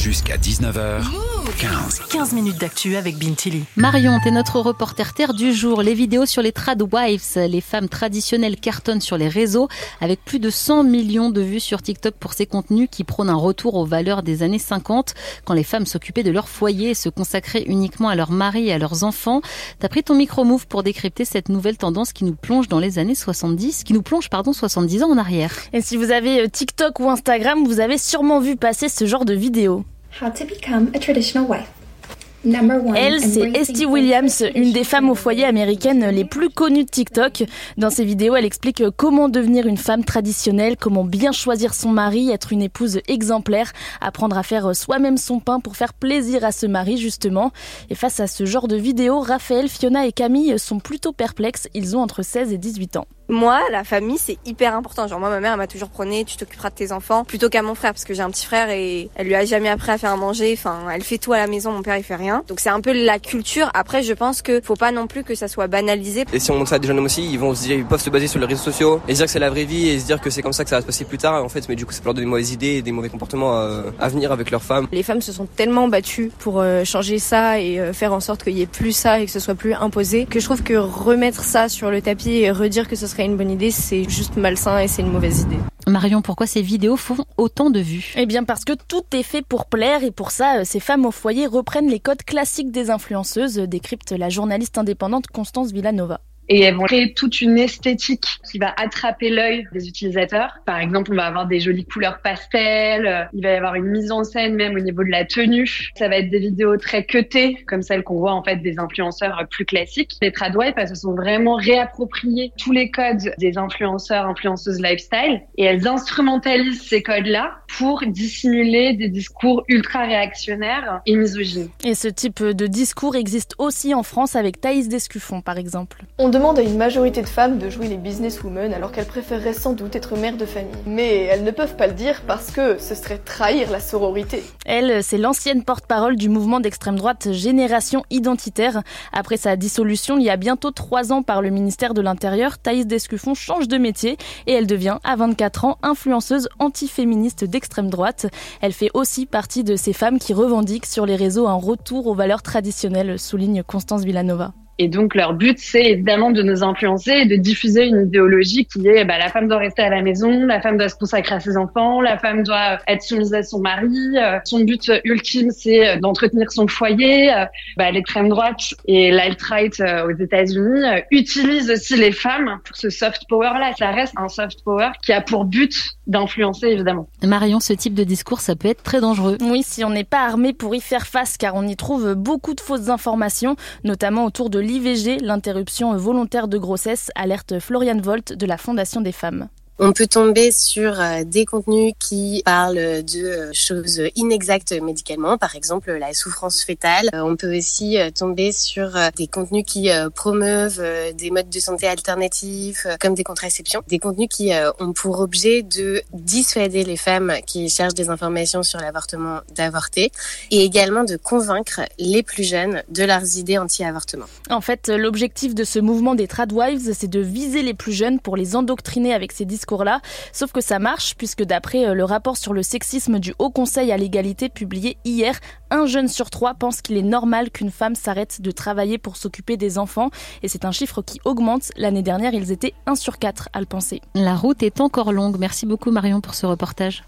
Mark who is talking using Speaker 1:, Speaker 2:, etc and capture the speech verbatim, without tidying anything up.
Speaker 1: Jusqu'à dix-neuf heures quinze.
Speaker 2: quinze minutes d'actu avec Bintili.
Speaker 3: Marion, t'es notre reporter terre du jour. Les vidéos sur les tradwives, les femmes traditionnelles, cartonnent sur les réseaux avec plus de cent millions de vues sur TikTok pour ces contenus qui prônent un retour aux valeurs des années cinquante, quand les femmes s'occupaient de leur foyer et se consacraient uniquement à leur mari et à leurs enfants. T'as pris ton micro-move pour décrypter cette nouvelle tendance qui nous plonge dans les années soixante-dix, qui nous plonge, pardon, soixante-dix ans en arrière.
Speaker 4: Et si vous avez TikTok ou Instagram, vous avez sûrement vu passer ce genre de vidéos.
Speaker 5: How to become a traditional wife. Number one,
Speaker 4: Elle, c'est Esty Williams, une des femmes au foyer américaines les plus connues de TikTok. Dans ses vidéos, elle explique comment devenir une femme traditionnelle, comment bien choisir son mari, être une épouse exemplaire, apprendre à faire soi-même son pain pour faire plaisir à ce mari, justement. Et face à ce genre de vidéos, Raphaël, Fiona et Camille sont plutôt perplexes. Ils ont entre seize et dix-huit ans.
Speaker 6: Moi, la famille, c'est hyper important. Genre, moi, ma mère, elle m'a toujours prôné, tu t'occuperas de tes enfants, plutôt qu'à mon frère, parce que j'ai un petit frère et elle lui a jamais appris à faire à manger. Enfin, elle fait tout à la maison, mon père, il fait rien. Donc, c'est un peu la culture. Après, je pense que faut pas non plus que ça soit banalisé.
Speaker 7: Et si on montre ça à des jeunes hommes aussi, ils vont se dire, ils peuvent se baser sur les réseaux sociaux et se dire que c'est la vraie vie et se dire que c'est comme ça que ça va se passer plus tard, en fait. Mais du coup, ça peut leur donner des mauvaises idées et des mauvais comportements à, à venir avec leurs femmes.
Speaker 8: Les femmes se sont tellement battues pour euh, changer ça et euh, faire en sorte qu'il y ait plus ça et que ce soit plus imposé, que je trouve que remettre ça sur le tapis et redire que ce serait une bonne idée, c'est juste malsain et c'est une mauvaise idée.
Speaker 3: Marion, pourquoi ces vidéos font autant de vues ?
Speaker 4: Eh bien parce que tout est fait pour plaire et pour ça, ces femmes au foyer reprennent les codes classiques des influenceuses, décrypte la journaliste indépendante Constance Villanova.
Speaker 9: Et elles vont créer toute une esthétique qui va attraper l'œil des utilisateurs. Par exemple, on va avoir des jolies couleurs pastel, il va y avoir une mise en scène même au niveau de la tenue. Ça va être des vidéos très cutées, comme celles qu'on voit en fait des influenceurs plus classiques. Les tradwives, elles se sont vraiment réappropriées tous les codes des influenceurs, influenceuses lifestyle, et elles instrumentalisent ces codes-là pour dissimuler des discours ultra réactionnaires et misogynes.
Speaker 4: Et ce type de discours existe aussi en France avec Thaïs Descuffon, par exemple.
Speaker 10: On demande à une majorité de femmes de jouer les businesswomen alors qu'elles préféreraient sans doute être mères de famille. Mais elles ne peuvent pas le dire parce que ce serait trahir la sororité.
Speaker 4: Elle, c'est l'ancienne porte-parole du mouvement d'extrême droite Génération Identitaire. Après sa dissolution il y a bientôt trois ans par le ministère de l'Intérieur, Thaïs Descuffon change de métier et elle devient, à vingt-quatre ans, influenceuse antiféministe d'extrême droite. Elle fait aussi partie de ces femmes qui revendiquent sur les réseaux un retour aux valeurs traditionnelles, souligne Constance Villanova.
Speaker 9: Et donc, leur but, c'est évidemment de nous influencer et de diffuser une idéologie qui est bah, la femme doit rester à la maison, la femme doit se consacrer à ses enfants, la femme doit être soumise à son mari. Son but ultime, c'est d'entretenir son foyer. Bah, l'extrême droite et l'alt-right aux États-Unis utilisent aussi les femmes pour ce soft power-là. Ça reste un soft power qui a pour but d'influencer, évidemment.
Speaker 3: Marion, ce type de discours, ça peut être très dangereux.
Speaker 4: Oui, si on n'est pas armé pour y faire face, car on y trouve beaucoup de fausses informations, notamment autour de l'I V G, l'interruption volontaire de grossesse, alerte Floriane Volt de la Fondation des femmes.
Speaker 11: On peut tomber sur euh, des contenus qui parlent de euh, choses inexactes médicalement, par exemple la souffrance fœtale. Euh, on peut aussi euh, tomber sur euh, des contenus qui euh, promeuvent euh, des modes de santé alternatifs, euh, comme des contraceptions. Des contenus qui euh, ont pour objet de dissuader les femmes qui cherchent des informations sur l'avortement d'avorter, et également de convaincre les plus jeunes de leurs idées anti-avortement.
Speaker 4: En fait, l'objectif de ce mouvement des tradwives, c'est de viser les plus jeunes pour les endoctriner avec ces discours là, sauf que ça marche puisque d'après le rapport sur le sexisme du Haut Conseil à l'égalité publié hier, un jeune sur trois pense qu'il est normal qu'une femme s'arrête de travailler pour s'occuper des enfants et c'est un chiffre qui augmente. L'année dernière, ils étaient un sur quatre à le penser.
Speaker 3: La route est encore longue. Merci beaucoup Marion pour ce reportage.